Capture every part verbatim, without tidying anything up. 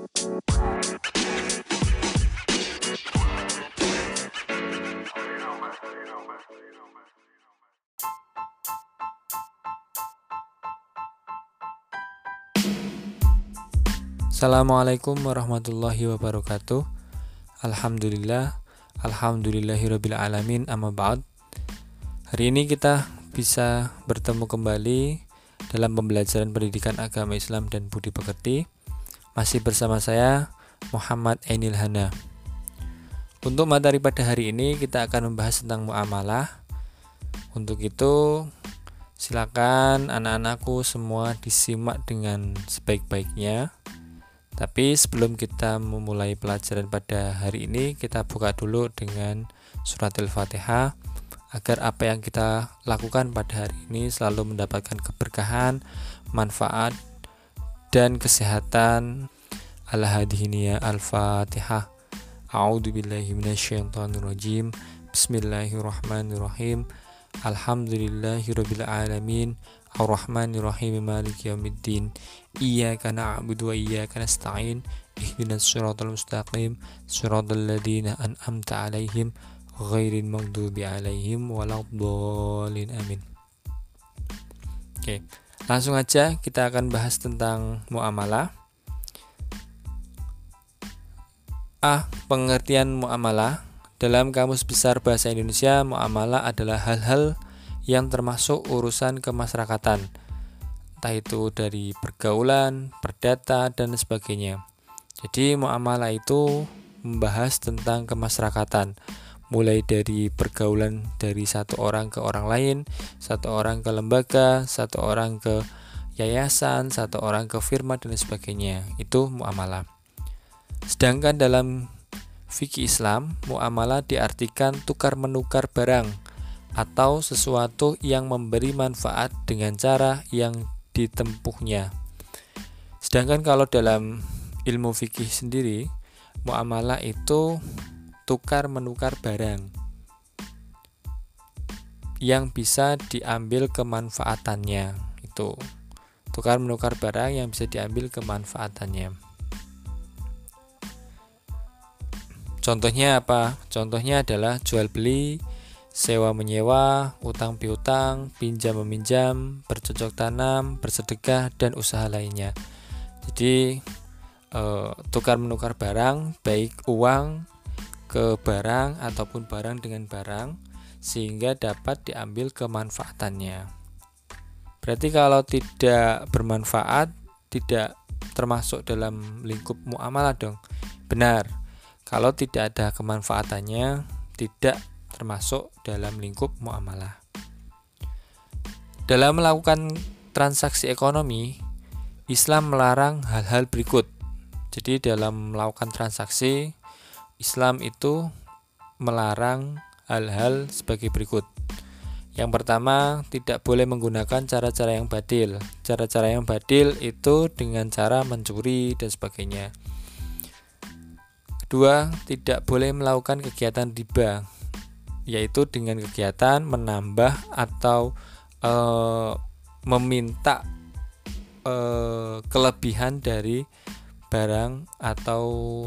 Assalamualaikum warahmatullahi wabarakatuh. Alhamdulillah, alhamdulillahirabbil alamin, amma ba'd. Hari ini kita bisa bertemu kembali dalam pembelajaran pendidikan agama Islam dan budi pekerti. Masih bersama saya Muhammad Ainil Hana. Untuk materi pada hari ini kita akan membahas tentang muamalah. Untuk itu silakan anak-anakku semua disimak dengan sebaik-baiknya. Tapi sebelum kita memulai pelajaran pada hari ini, kita buka dulu dengan surat Al-Fatihah agar apa yang kita lakukan pada hari ini selalu mendapatkan keberkahan, manfaat, dan kesehatan. Al-Hadhiniyah Al-Fatihah. A'udzubillahi minasyaitonirrajim. Bismillahirrahmanirrahim. Alhamdulillahirabbil alamin. Ar-Rahmanir-Rahim, Maliki Yaumiddin. Iyyaka na'budu wa iyyaka nasta'in. Ihdinas siratal mustaqim, siratal ladzina an'amta 'alaihim ghairil maghdubi 'alaihim waladdallin. Amin. Oke, langsung aja kita akan bahas tentang muamalah. A. Pengertian muamalah. Dalam Kamus Besar Bahasa Indonesia, muamalah adalah hal-hal yang termasuk urusan kemasyarakatan, entah itu dari pergaulan, perdata, dan sebagainya. Jadi muamalah itu membahas tentang kemasyarakatan, mulai dari pergaulan dari satu orang ke orang lain, satu orang ke lembaga, satu orang ke yayasan, satu orang ke firma, dan sebagainya. Itu muamalah. Sedangkan dalam fikih Islam, muamalah diartikan tukar-menukar barang atau sesuatu yang memberi manfaat dengan cara yang ditempuhnya. Sedangkan kalau dalam ilmu fikih sendiri, muamalah itu tukar menukar barang yang bisa diambil kemanfaatannya. Itu tukar menukar barang yang bisa diambil kemanfaatannya. Contohnya apa? Contohnya adalah jual beli, sewa menyewa, utang piutang, pinjam meminjam, bercocok tanam, bersedekah, dan usaha lainnya. Jadi eh, tukar menukar barang, baik uang ke barang ataupun barang dengan barang, sehingga dapat diambil kemanfaatannya. Berarti kalau tidak bermanfaat, tidak termasuk dalam lingkup muamalah dong. Benar, kalau tidak ada kemanfaatannya, tidak termasuk dalam lingkup muamalah. Dalam melakukan transaksi ekonomi, Islam melarang hal-hal berikut. Jadi dalam melakukan transaksi, Islam itu melarang hal-hal sebagai berikut. Yang pertama, tidak boleh menggunakan cara-cara yang badil. Cara-cara yang badil itu dengan cara mencuri dan sebagainya. Kedua, tidak boleh melakukan kegiatan riba, yaitu dengan kegiatan menambah atau e, meminta e, kelebihan dari barang atau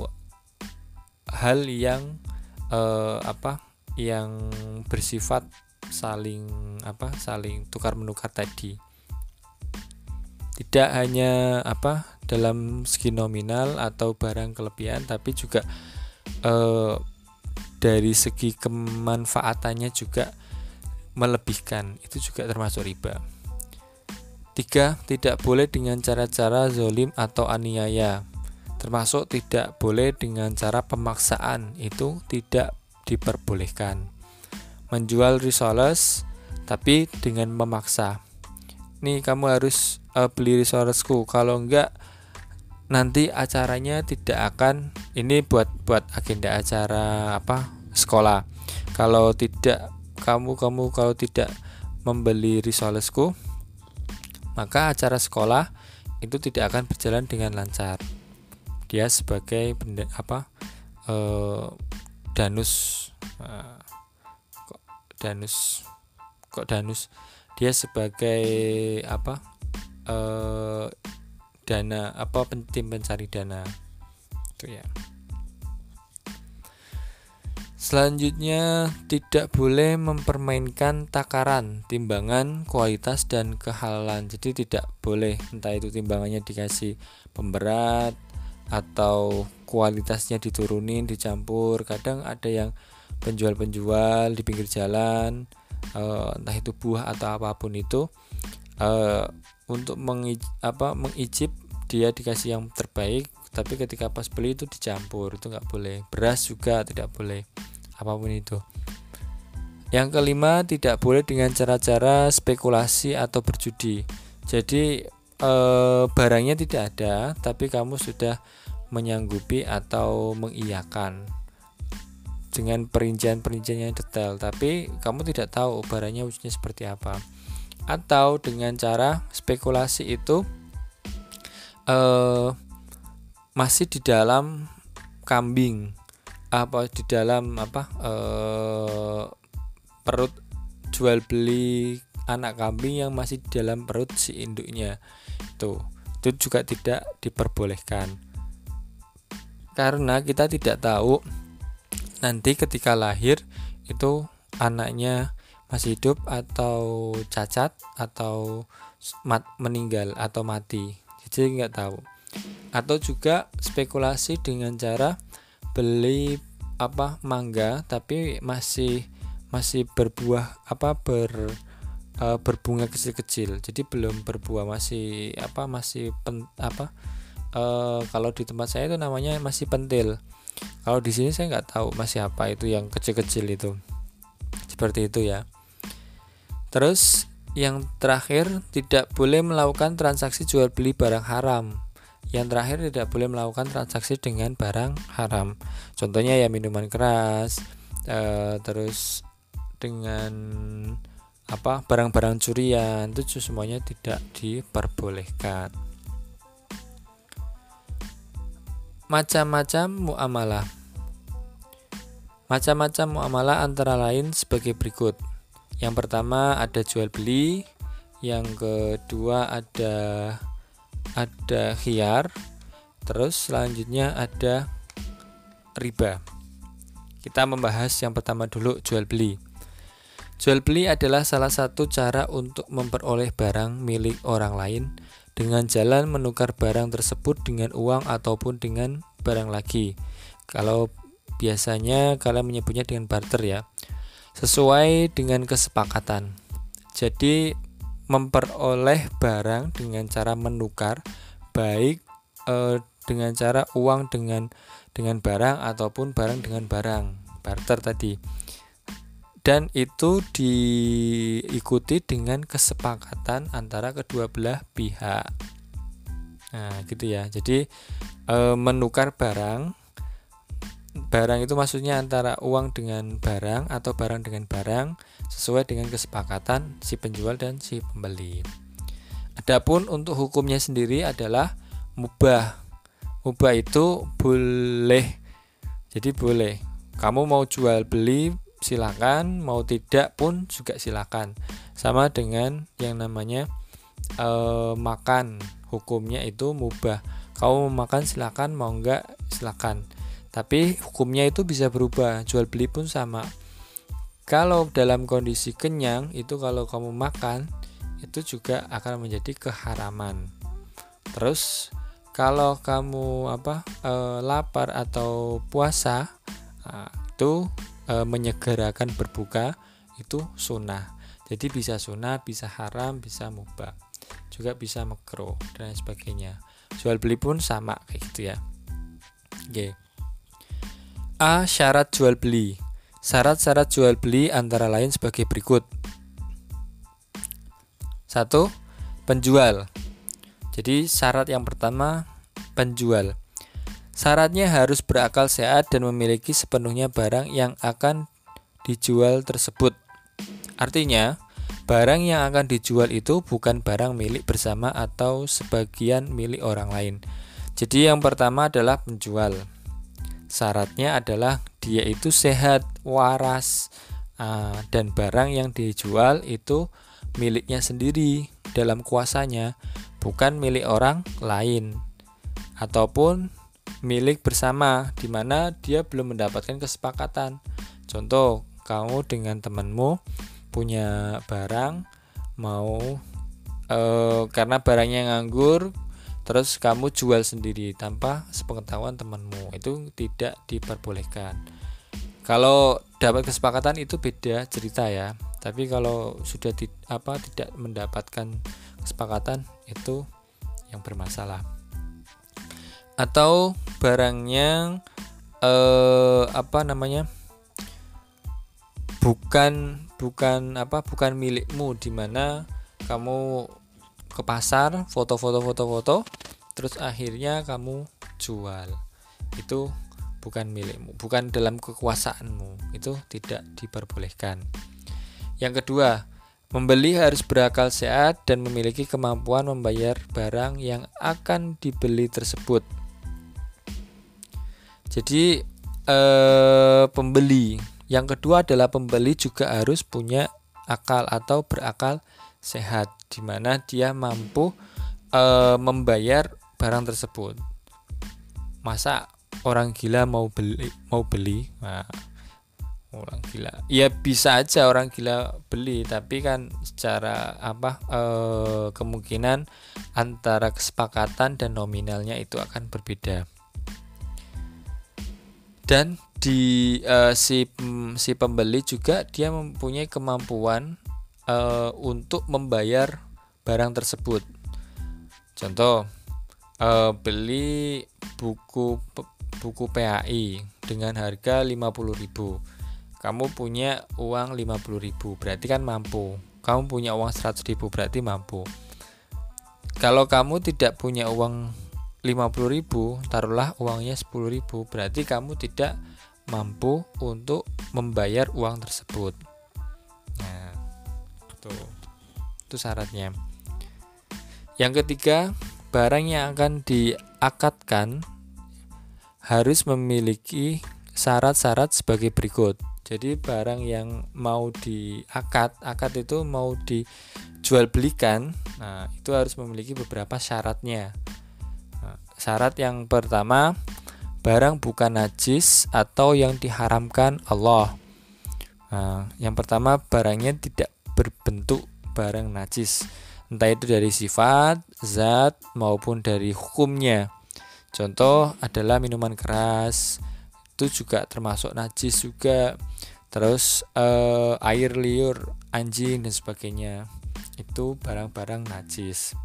hal yang e, apa yang bersifat saling apa saling tukar menukar tadi. Tidak hanya apa dalam segi nominal atau barang kelebihan, tapi juga e, dari segi kemanfaatannya juga melebihkan, itu juga termasuk riba. Tiga, tidak boleh dengan cara-cara zalim atau aniaya, termasuk tidak boleh dengan cara pemaksaan, itu tidak diperbolehkan. Menjual risoles tapi dengan memaksa. Nih kamu harus uh, beli risolesku, kalau enggak nanti acaranya tidak akan, ini buat buat agenda acara apa sekolah. Kalau tidak kamu kamu kalau tidak membeli risolesku, maka acara sekolah itu tidak akan berjalan dengan lancar. Dia sebagai benda, apa eh, danus eh, kok danus kok danus dia sebagai apa eh, dana apa tim pencari dana. Itu ya. Selanjutnya, tidak boleh mempermainkan takaran, timbangan, kualitas, dan kehalalan. Jadi tidak boleh, entah itu timbangannya dikasih pemberat atau kualitasnya diturunin, dicampur. Kadang ada yang penjual-penjual di pinggir jalan, entah itu buah atau apapun itu, untuk mengij, apa, mengicip dia dikasih yang terbaik, tapi ketika pas beli itu dicampur. Itu nggak boleh. Beras juga tidak boleh, apapun itu. Yang kelima, tidak boleh dengan cara-cara spekulasi atau berjudi. Jadi e, barangnya tidak ada, tapi kamu sudah menyanggupi atau mengiyakan dengan perincian-perincian yang detail, tapi kamu tidak tahu barangnya wujudnya seperti apa. Atau dengan cara spekulasi itu e, masih di dalam kambing, apa di dalam apa eh, perut jual beli anak kambing yang masih di dalam perut si induknya. Itu itu juga tidak diperbolehkan, karena kita tidak tahu nanti ketika lahir itu anaknya masih hidup atau cacat atau mat, meninggal atau mati. Jadi nggak tahu. Atau juga spekulasi dengan cara beli apa mangga tapi masih masih berbuah apa ber e, berbunga kecil-kecil. Jadi belum berbuah, masih apa masih pen, apa e, kalau di tempat saya itu namanya masih pentil. Kalau di sini saya nggak tahu masih apa itu yang kecil-kecil itu. Seperti itu ya. Terus yang terakhir, tidak boleh melakukan transaksi jual beli barang haram. Yang terakhir, tidak boleh melakukan transaksi dengan barang haram. Contohnya ya minuman keras, e, terus dengan apa barang-barang curian, itu semuanya tidak diperbolehkan. Macam-macam muamalah. Macam-macam muamalah antara lain sebagai berikut. Yang pertama ada jual beli, yang kedua ada ada khiyar, terus selanjutnya ada riba. Kita membahas yang pertama dulu, jual beli. Jual beli adalah salah satu cara untuk memperoleh barang milik orang lain dengan jalan menukar barang tersebut dengan uang ataupun dengan barang lagi. Kalau biasanya kalian menyebutnya dengan barter ya, sesuai dengan kesepakatan. Jadi memperoleh barang dengan cara menukar, baik eh, dengan cara uang dengan dengan barang ataupun barang dengan barang, barter tadi. Dan itu diikuti dengan kesepakatan antara kedua belah pihak. Nah, gitu ya. Jadi eh, menukar barang, barang itu maksudnya antara uang dengan barang atau barang dengan barang sesuai dengan kesepakatan si penjual dan si pembeli. Adapun untuk hukumnya sendiri adalah mubah. Mubah itu boleh. Jadi boleh. Kamu mau jual beli silakan, mau tidak pun juga silakan. Sama dengan yang namanya e, makan. Hukumnya itu mubah. Kamu mau makan silakan, mau enggak silakan. Tapi hukumnya itu bisa berubah. Jual beli pun sama. Kalau dalam kondisi kenyang, itu kalau kamu makan, itu juga akan menjadi keharaman. Terus kalau kamu apa e, lapar atau puasa, nah, itu e, menyegerakan berbuka, itu sunnah. Jadi bisa sunnah, bisa haram, bisa mubah, juga bisa makruh dan sebagainya. Jual beli pun sama kayak gitu ya. Oke. A. Syarat jual beli. Syarat-syarat jual beli antara lain sebagai berikut. Satu, penjual. Jadi syarat yang pertama, penjual. Syaratnya harus berakal sehat dan memiliki sepenuhnya barang yang akan dijual tersebut. Artinya, barang yang akan dijual itu bukan barang milik bersama atau sebagian milik orang lain. Jadi yang pertama adalah penjual. Syaratnya adalah dia itu sehat, waras, uh, dan barang yang dijual itu miliknya sendiri dalam kuasanya, bukan milik orang lain, ataupun milik bersama di mana dia belum mendapatkan kesepakatan. Contoh, kamu dengan temanmu punya barang, mau eh, karena barangnya nganggur, terus kamu jual sendiri tanpa sepengetahuan temanmu, itu tidak diperbolehkan. Kalau dapat kesepakatan itu beda cerita ya. Tapi kalau sudah di, apa tidak mendapatkan kesepakatan, itu yang bermasalah. Atau barangnya eh, apa namanya bukan bukan apa bukan milikmu, di mana kamu ke pasar foto-foto foto-foto terus akhirnya kamu jual, itu bukan milikmu, bukan dalam kekuasaanmu, itu tidak diperbolehkan. Yang kedua, membeli harus berakal sehat dan memiliki kemampuan membayar barang yang akan dibeli tersebut. Jadi eh, pembeli, yang kedua adalah pembeli juga harus punya akal atau berakal sehat, di mana dia mampu eh, membayar barang tersebut. Masa orang gila mau beli mau beli? Nah, orang gila ya bisa aja orang gila beli, tapi kan secara apa eh, kemungkinan antara kesepakatan dan nominalnya itu akan berbeda. Dan di eh, si si pembeli juga dia mempunyai kemampuan eh, untuk membayar barang tersebut. Contoh, eh, beli buku buku P A I dengan harga lima puluh ribu. Kamu punya uang lima puluh ribu, berarti kan mampu. Kamu punya uang seratus ribu, berarti mampu. Kalau kamu tidak punya uang lima puluh ribu, taruhlah uangnya sepuluh ribu, berarti kamu tidak mampu untuk membayar uang tersebut. Nah, itu, itu syaratnya. Yang ketiga, barang yang akan diakadkan harus memiliki syarat-syarat sebagai berikut. Jadi barang yang mau diakad, akad itu mau dijual belikan, nah itu harus memiliki beberapa syaratnya. Nah, syarat yang pertama, barang bukan najis atau yang diharamkan Allah. Nah, yang pertama, barangnya tidak berbentuk barang najis, entah itu dari sifat, zat maupun dari hukumnya. Contoh adalah minuman keras, itu juga termasuk najis juga. Terus eh, air liur anjing dan sebagainya, itu barang-barang najis.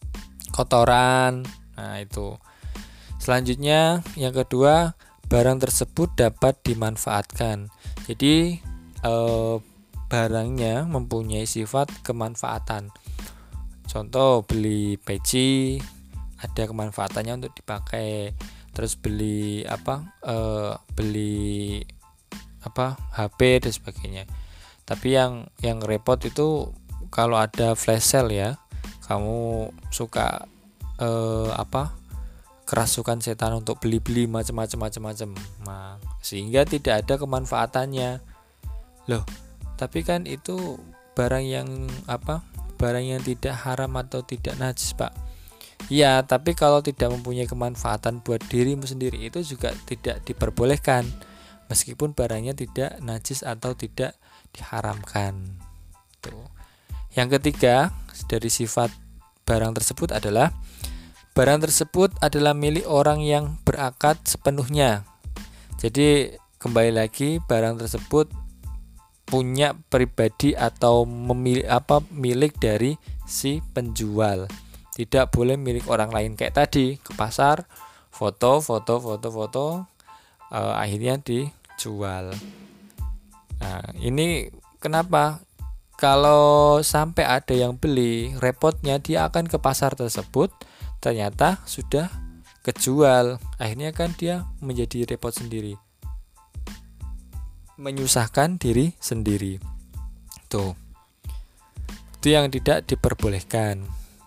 Kotoran, nah itu. Selanjutnya yang kedua, barang tersebut dapat dimanfaatkan. Jadi eh, barangnya mempunyai sifat kemanfaatan. Contoh, beli peci ada kemanfaatannya untuk dipakai. Terus beli apa eh, beli apa H P dan sebagainya. Tapi yang yang repot itu kalau ada flash sale ya, kamu suka eh, apa kerasukan setan untuk beli-beli macam-macam macam-macam. Nah, sehingga tidak ada kemanfaatannya. Loh, tapi kan itu barang yang apa barang yang tidak haram atau tidak najis, Pak. Ya, tapi kalau tidak mempunyai kemanfaatan buat dirimu sendiri, itu juga tidak diperbolehkan, meskipun barangnya tidak najis atau tidak diharamkan. Tuh. Yang ketiga dari sifat barang tersebut adalah barang tersebut adalah milik orang yang berakad sepenuhnya. Jadi kembali lagi, barang tersebut punya pribadi atau memilih apa milik dari si penjual. Tidak boleh milik orang lain, kayak tadi ke pasar foto foto foto foto eh, akhirnya dijual. Nah, ini kenapa? Kalau sampai ada yang beli, repotnya dia akan ke pasar tersebut, ternyata sudah kejual. Akhirnya kan dia menjadi repot sendiri, menyusahkan diri sendiri. Tuh, itu yang tidak diperbolehkan.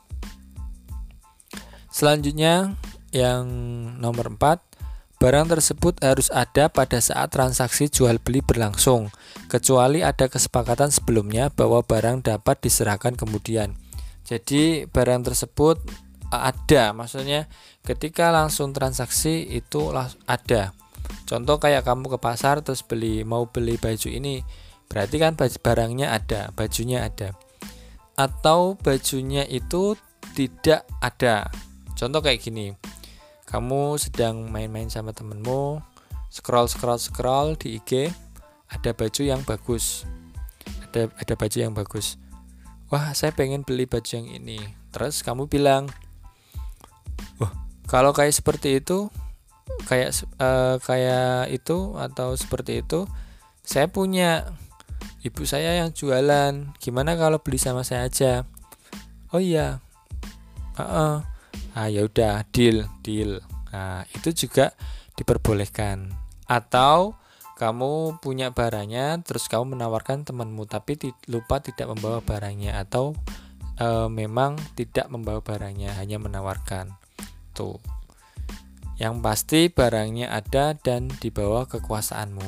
Selanjutnya yang nomor empat, barang tersebut harus ada pada saat transaksi jual beli berlangsung, kecuali ada kesepakatan sebelumnya bahwa barang dapat diserahkan kemudian. Jadi barang tersebut ada, maksudnya ketika langsung transaksi itu ada. Contoh kayak kamu ke pasar terus beli mau beli baju ini, berarti kan barangnya ada, bajunya ada. Atau bajunya itu tidak ada. Contoh kayak gini, kamu sedang main-main sama temenmu, scroll scroll scroll di I G, ada baju yang bagus, ada ada baju yang bagus. Wah, saya pengen beli baju yang ini. Terus kamu bilang, wah, kalau kayak seperti itu, kayak uh, kayak itu atau seperti itu, saya punya, ibu saya yang jualan. Gimana kalau beli sama saya aja? Oh iya, uh-uh. ah ya udah, deal deal. Nah, itu juga diperbolehkan. Atau kamu punya barangnya, terus kamu menawarkan temanmu, tapi ti- lupa tidak membawa barangnya, atau e, memang tidak membawa barangnya, hanya menawarkan. Tuh. Yang pasti barangnya ada dan di bawah kekuasaanmu.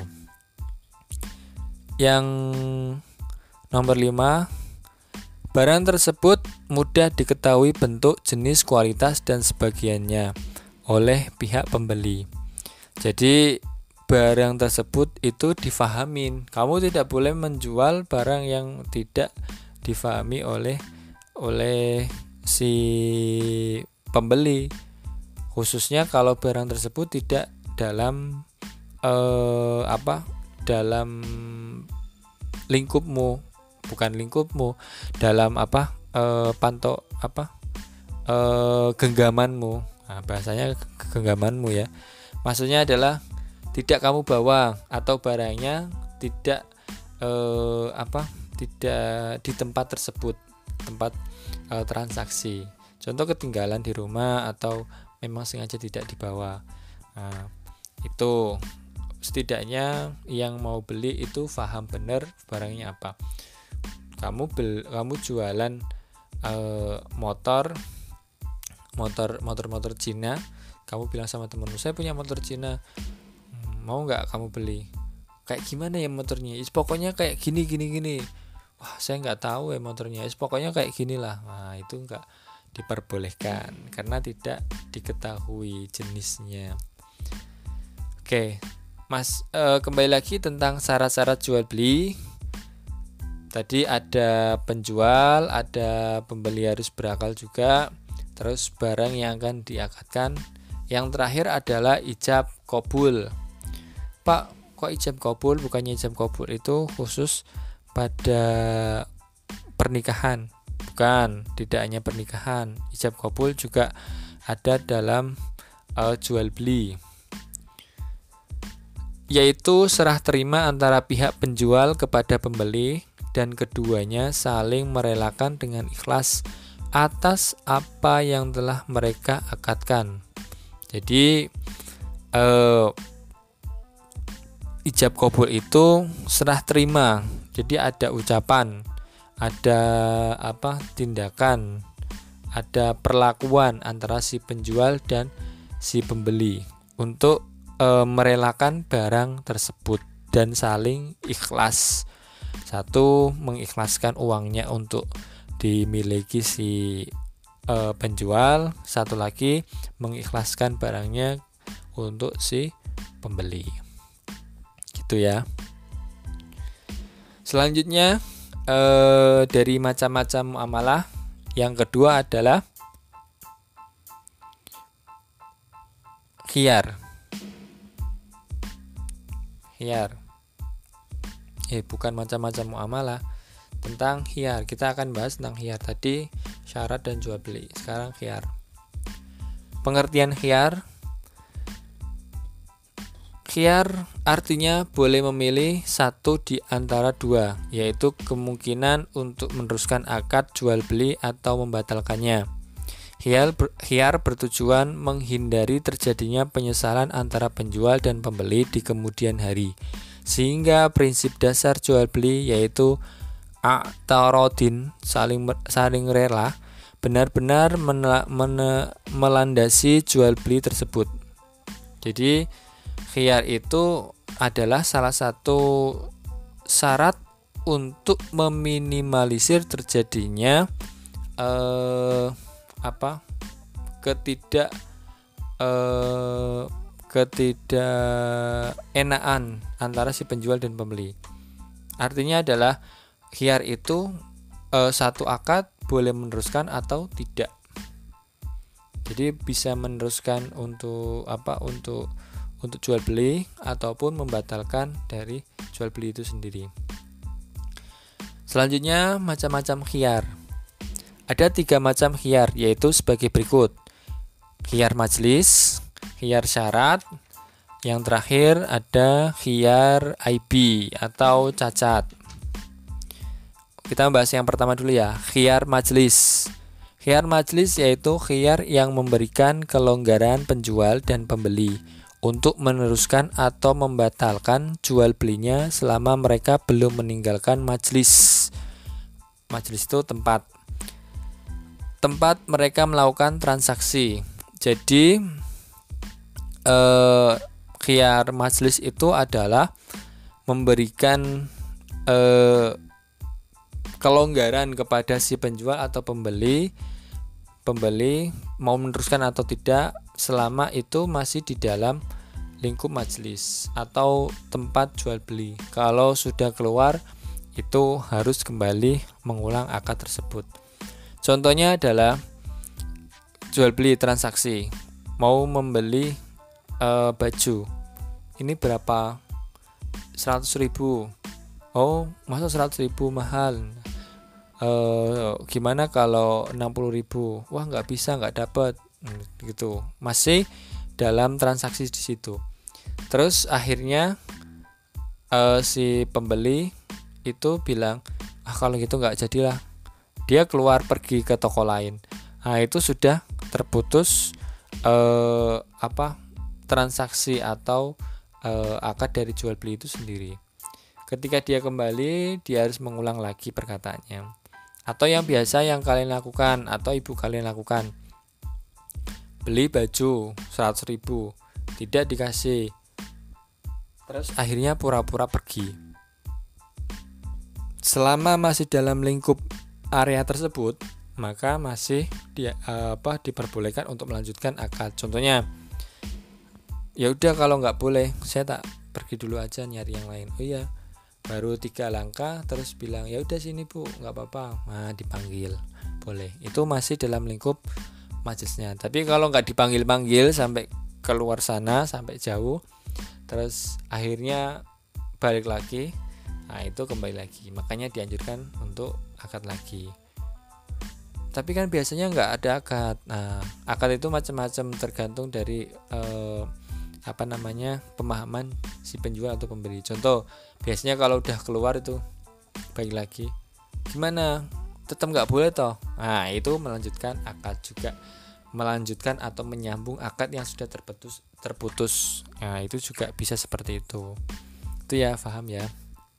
Yang nomor lima, barang tersebut mudah diketahui bentuk, jenis, kualitas, dan sebagiannya oleh pihak pembeli. Jadi barang tersebut itu difahamin. Kamu tidak boleh menjual barang yang tidak difahami oleh oleh si pembeli. Khususnya kalau barang tersebut tidak dalam eh, apa? dalam lingkupmu, bukan lingkupmu, dalam apa? Eh, pantok apa? Eh, genggamanmu. Nah, bahasanya genggamanmu ya. Maksudnya adalah tidak kamu bawa, atau barangnya tidak eh, apa tidak di tempat tersebut, tempat eh, transaksi. Contoh ketinggalan di rumah atau memang sengaja tidak dibawa. Nah, itu setidaknya yang mau beli itu paham benar barangnya apa. Kamu bel, kamu jualan eh, motor motor motor-motor Cina, kamu bilang sama temenmu, saya punya motor Cina, mau nggak kamu beli? Kayak gimana ya motornya? Is pokoknya kayak gini gini gini. Wah, saya nggak tahu ya motornya. Is pokoknya kayak ginilah. Nah, itu nggak diperbolehkan karena tidak diketahui jenisnya. Oke, Mas, eh, kembali lagi tentang syarat-syarat jual beli. Tadi ada penjual, ada pembeli harus berakal juga. Terus barang yang akan diakadkan. Yang terakhir adalah ijab kabul. Pak, kok ijab kabul? Bukannya ijab kabul itu khusus pada pernikahan? Bukan, tidak hanya pernikahan. Ijab kabul juga ada dalam uh, jual beli, yaitu serah terima antara pihak penjual kepada pembeli, dan keduanya saling merelakan dengan ikhlas atas apa yang telah mereka akadkan. Jadi uh, ijab kabul itu serah terima. Jadi ada ucapan, ada apa? tindakan, ada perlakuan antara si penjual dan si pembeli untuk e, merelakan barang tersebut dan saling ikhlas. Satu, mengikhlaskan uangnya untuk dimiliki si e, penjual, satu lagi mengikhlaskan barangnya untuk si pembeli. Gitu ya. Selanjutnya eh, dari macam-macam muamalah, yang kedua adalah khiyar. Khiyar. Eh bukan macam-macam muamalah, tentang khiyar. Kita akan bahas tentang khiyar tadi, syarat dan jual beli. Sekarang khiyar. Pengertian khiyar. Khiyar artinya boleh memilih satu di antara dua, yaitu kemungkinan untuk meneruskan akad jual beli atau membatalkannya. Khiyar, ber, khiyar bertujuan menghindari terjadinya penyesalan antara penjual dan pembeli di kemudian hari, sehingga prinsip dasar jual beli yaitu a'tarodin, saling saling rela, benar-benar menela, mene, melandasi jual beli tersebut. Jadi khiyar itu adalah salah satu syarat untuk meminimalisir terjadinya eh, apa ketidak eh, ketidakenaan antara si penjual dan pembeli. Artinya adalah khiyar itu eh, satu akad boleh meneruskan atau tidak. Jadi bisa meneruskan untuk apa? Untuk untuk jual beli ataupun membatalkan dari jual beli itu sendiri. Selanjutnya macam-macam khiyar. Ada tiga macam khiyar, yaitu sebagai berikut: khiyar majelis, khiyar syarat, yang terakhir ada khiyar I B atau cacat. Kita bahas yang pertama dulu ya, khiyar majelis. Khiyar majelis yaitu khiyar yang memberikan kelonggaran penjual dan pembeli untuk meneruskan atau membatalkan jual belinya selama mereka belum meninggalkan majelis. Majelis itu tempat tempat mereka melakukan transaksi. Jadi eh, khiyar majelis itu adalah memberikan eh, kelonggaran kepada si penjual atau pembeli pembeli mau meneruskan atau tidak selama itu masih di dalam lingkup majelis atau tempat jual beli. Kalau sudah keluar itu harus kembali mengulang akad tersebut. Contohnya adalah jual beli transaksi, mau membeli e, baju, ini berapa? seratus ribu. Oh, masa seratus ribu mahal? E, gimana kalau enam puluh ribu? Wah, nggak bisa, nggak dapat. Gitu. Masih dalam transaksi di situ. Terus akhirnya e, si pembeli itu bilang, ah kalau gitu nggak jadilah. Dia keluar pergi ke toko lain. Nah, itu sudah terputus eh, apa transaksi atau eh, akad dari jual beli itu sendiri. Ketika dia kembali, dia harus mengulang lagi perkataannya. Atau yang biasa yang kalian lakukan atau ibu kalian lakukan, beli baju seratus ribu, tidak dikasih, terus akhirnya pura-pura pergi. Selama masih dalam lingkup area tersebut, maka masih dia apa diperbolehkan untuk melanjutkan akad. Contohnya, ya udah kalau nggak boleh, saya tak pergi dulu aja nyari yang lain. Oh iya, baru tiga langkah terus bilang ya udah sini bu, nggak apa-apa. Nah, dipanggil boleh. Itu masih dalam lingkup majelisnya. Tapi kalau nggak dipanggil-panggil sampai keluar sana sampai jauh, terus akhirnya balik lagi, nah itu kembali lagi. Makanya dianjurkan untuk akad lagi. Tapi kan biasanya nggak ada akad. Nah, akad itu macam-macam tergantung dari eh, apa namanya pemahaman si penjual atau pembeli. Contoh, biasanya kalau udah keluar itu balik lagi, gimana? Tetap nggak boleh toh? Nah, itu melanjutkan akad juga, melanjutkan atau menyambung akad yang sudah terputus. Terputus. Nah, itu juga bisa seperti itu. Itu ya, paham ya.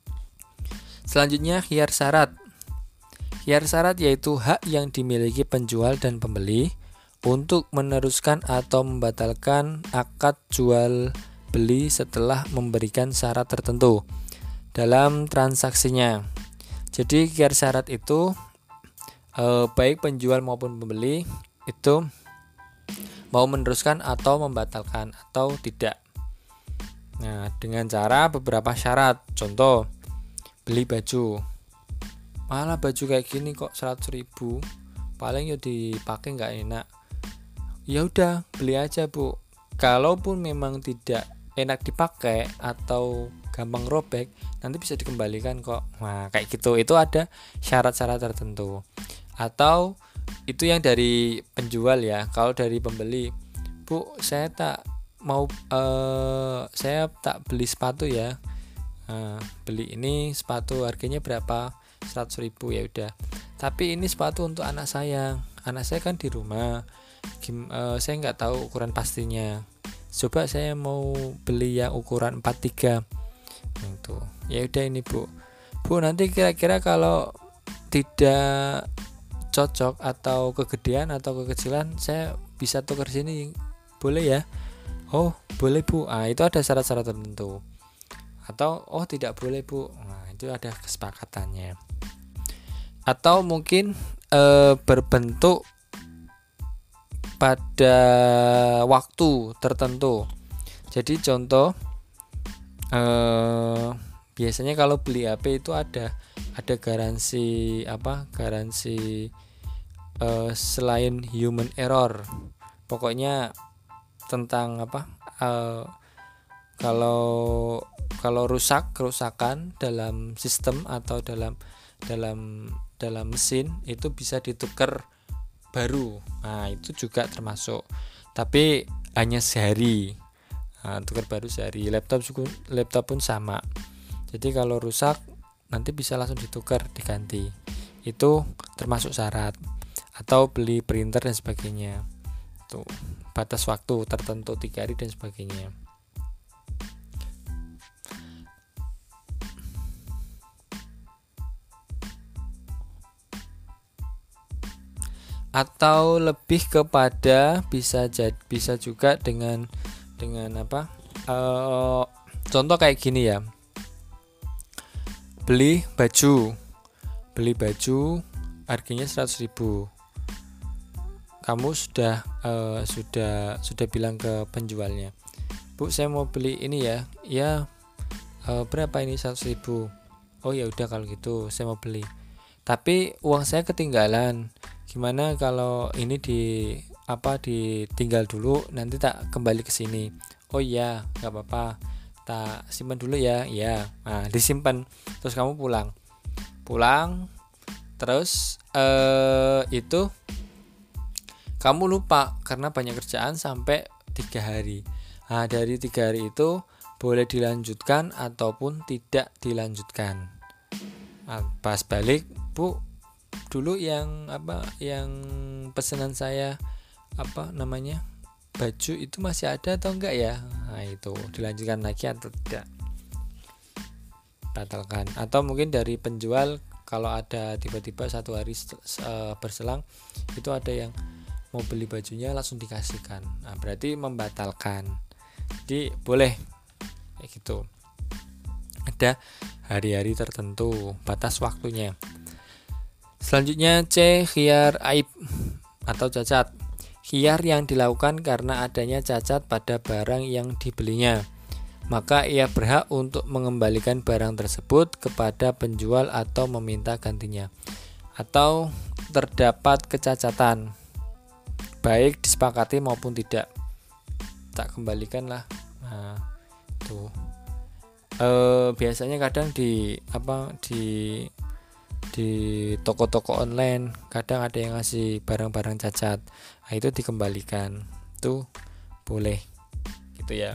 Selanjutnya khiyar syarat. Khiyar syarat yaitu hak yang dimiliki penjual dan pembeli untuk meneruskan atau membatalkan akad jual beli setelah memberikan syarat tertentu dalam transaksinya. Jadi khiyar syarat itu eh, baik penjual maupun pembeli itu mau meneruskan atau membatalkan atau tidak. Nah, dengan cara beberapa syarat. Contoh, beli baju, malah baju kayak gini kok seratus ribu, paling ya dipakai nggak enak. Ya udah beli aja bu. Kalaupun memang tidak enak dipakai atau gampang robek, nanti bisa dikembalikan kok. Nah kayak gitu, itu ada syarat-syarat tertentu. Atau itu yang dari penjual ya. Kalau dari pembeli, bu saya tak mau eh, saya tak beli sepatu ya. Nah, beli ini sepatu harganya berapa? seratus ribu, ya udah. Tapi ini sepatu untuk anak saya. Anak saya kan di rumah. Gim, uh, saya nggak tahu ukuran pastinya. Coba saya mau beli yang ukuran empat puluh tiga. Itu. Ya udah ini, Bu. Bu, nanti kira-kira kalau tidak cocok atau kegedean atau kekecilan, saya bisa tukar sini. Boleh ya? Oh, boleh, Bu. Ah, itu ada syarat-syarat tertentu. Atau oh tidak boleh bu, nah itu ada kesepakatannya. Atau mungkin e, berbentuk pada waktu tertentu. Jadi contoh eh, biasanya kalau beli H P itu ada ada garansi apa garansi eh, selain human error, pokoknya tentang apa eh, kalau kalau rusak kerusakan dalam sistem atau dalam dalam dalam mesin itu bisa ditukar baru. Nah, itu juga termasuk. Tapi hanya sehari. Nah, tukar baru sehari. Laptop laptop pun sama. Jadi kalau rusak nanti bisa langsung ditukar, diganti. Itu termasuk syarat. Atau beli printer dan sebagainya. Tuh, batas waktu tertentu tiga hari dan sebagainya. Atau lebih kepada bisa jad, bisa juga dengan dengan apa uh, contoh kayak gini ya, beli baju beli baju harganya seratus ribu, kamu sudah uh, sudah sudah bilang ke penjualnya, Bu saya mau beli ini ya, ya uh, berapa ini seratus ribu, oh ya udah kalau gitu saya mau beli, tapi uang saya ketinggalan, gimana kalau ini di apa ditinggal dulu nanti tak kembali ke sini. Oh iya nggak apa-apa, tak simpan dulu ya. Ya, nah disimpan, terus kamu pulang pulang terus eh, itu kamu lupa karena banyak kerjaan sampai tiga hari. Nah dari tiga hari itu boleh dilanjutkan ataupun tidak dilanjutkan. Nah, pas balik, Bu dulu yang apa yang pesanan saya apa namanya baju itu masih ada atau enggak ya, nah itu dilanjutkan lagi atau tidak, batalkan. Atau mungkin dari penjual kalau ada tiba-tiba satu hari uh, berselang itu ada yang mau beli bajunya langsung dikasihkan, nah berarti membatalkan. Jadi boleh kayak gitu, ada hari-hari tertentu batas waktunya. Selanjutnya C, khiyar aib atau cacat. Khiyar yang dilakukan karena adanya cacat pada barang yang dibelinya. Maka ia berhak untuk mengembalikan barang tersebut kepada penjual atau meminta gantinya. Atau terdapat kecacatan, baik disepakati maupun tidak, tak kembalikan lah. Nah, tuh. E, biasanya kadang di apa di di toko-toko online kadang ada yang ngasih barang-barang cacat, nah itu dikembalikan, tuh boleh gitu ya.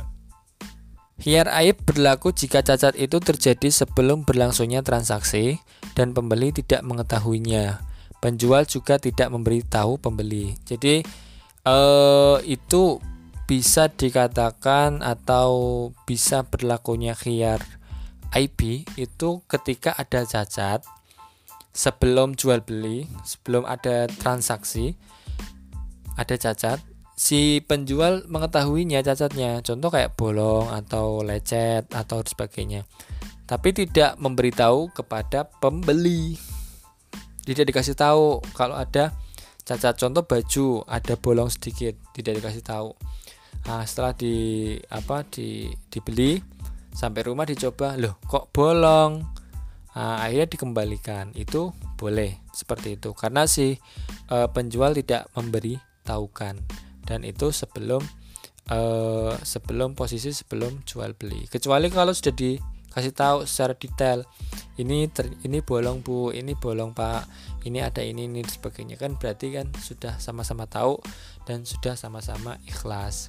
Khiyar aib berlaku jika cacat itu terjadi sebelum berlangsungnya transaksi dan pembeli tidak mengetahuinya. Penjual juga tidak memberitahu pembeli. Jadi eh, itu bisa dikatakan atau bisa berlakunya khiyar aib itu ketika ada cacat sebelum jual beli, sebelum ada transaksi, ada cacat, si penjual mengetahuinya cacatnya, contoh kayak bolong atau lecet atau sebagainya, tapi tidak memberitahu kepada pembeli, tidak dikasih tahu kalau ada cacat. Contoh baju ada bolong sedikit, tidak dikasih tahu. Nah, setelah di apa di dibeli sampai rumah dicoba, loh kok bolong. Nah, akhirnya dikembalikan, itu boleh seperti itu karena si e, penjual tidak memberitahukan, dan itu sebelum e, sebelum posisi sebelum jual beli. Kecuali kalau sudah dikasih tahu secara detail, ini ter, ini bolong Bu, ini bolong Pak, ini ada ini ini sebagainya, kan berarti kan sudah sama-sama tahu dan sudah sama-sama ikhlas.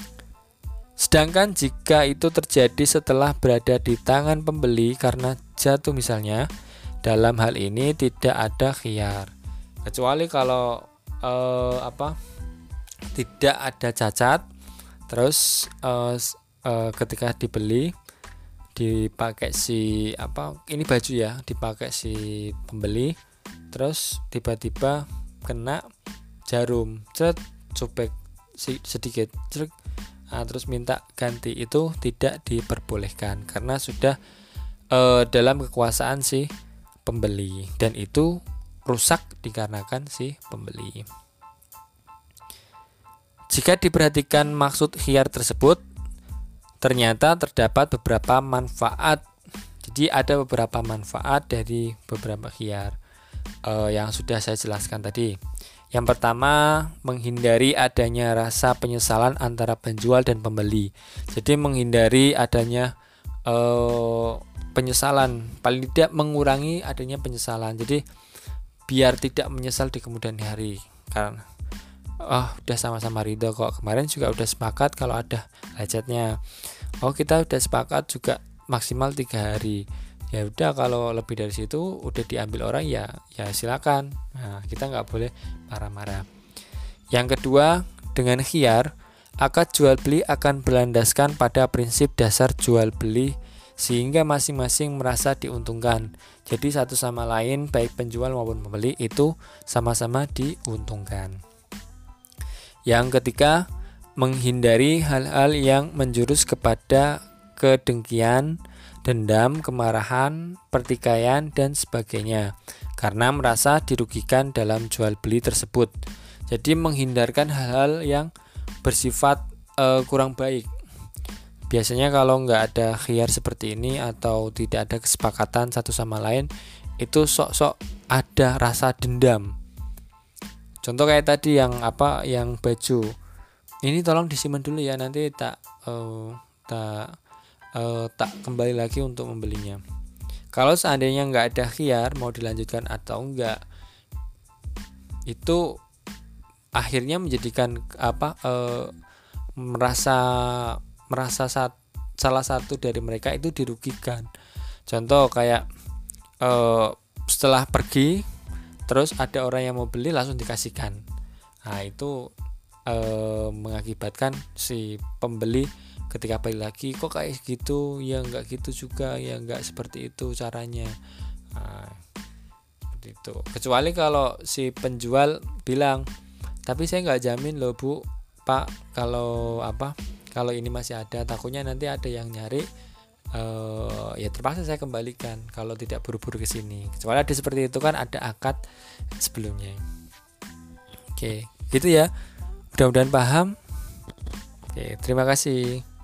Sedangkan jika itu terjadi setelah berada di tangan pembeli karena jatuh misalnya, dalam hal ini tidak ada khiyar. Kecuali kalau eh, apa tidak ada cacat, terus eh, eh, ketika dibeli dipakai si apa ini baju ya, dipakai si pembeli, terus tiba-tiba kena jarum, cet, sobek sedikit, cet, nah, terus minta ganti, itu tidak diperbolehkan karena sudah e, dalam kekuasaan si pembeli dan itu rusak dikarenakan si pembeli. Jika diperhatikan maksud khiyar tersebut, ternyata terdapat beberapa manfaat. Jadi ada beberapa manfaat dari beberapa khiyar eh, yang sudah saya jelaskan tadi. Yang pertama, menghindari adanya rasa penyesalan antara penjual dan pembeli. Jadi menghindari adanya eh, penyesalan, paling tidak mengurangi adanya penyesalan. Jadi biar tidak menyesal di kemudian hari, karena oh udah sama-sama ridho kok, kemarin juga udah sepakat kalau ada hajatnya, oh kita udah sepakat juga maksimal tiga hari, ya udah kalau lebih dari situ udah diambil orang ya ya silakan. Nah, kita nggak boleh marah-marah. Yang kedua, dengan khiyar akad jual beli akan berlandaskan pada prinsip dasar jual beli sehingga masing-masing merasa diuntungkan. Jadi satu sama lain baik penjual maupun pembeli itu sama-sama diuntungkan. Yang ketiga, menghindari hal-hal yang menjurus kepada kedengkian, dendam, kemarahan, pertikaian, dan sebagainya, karena merasa dirugikan dalam jual beli tersebut. Jadi menghindarkan hal-hal yang bersifat uh, kurang baik. Biasanya kalau nggak ada khiyar seperti ini atau tidak ada kesepakatan satu sama lain, itu sok-sok ada rasa dendam. Contoh kayak tadi yang apa, yang baju ini tolong disimpan dulu ya, nanti tak uh, tak uh, tak kembali lagi untuk membelinya. Kalau seandainya nggak ada khiyar mau dilanjutkan atau enggak, itu akhirnya menjadikan apa uh, merasa merasa saat, salah satu dari mereka itu dirugikan. Contoh kayak uh, setelah pergi terus ada orang yang mau beli langsung dikasihkan. Nah itu e, mengakibatkan si pembeli ketika beli lagi kok kayak gitu, ya nggak gitu juga, ya nggak seperti itu caranya. Nah, seperti itu. Kecuali kalau si penjual bilang, tapi saya nggak jamin loh Bu, Pak, kalau apa, kalau ini masih ada, takutnya nanti ada yang nyari. Uh, ya terpaksa saya kembalikan kalau tidak buru-buru ke sini. Kecuali ada seperti itu kan ada akad sebelumnya. Oke, gitu ya. Mudah-mudahan paham. Oke, terima kasih.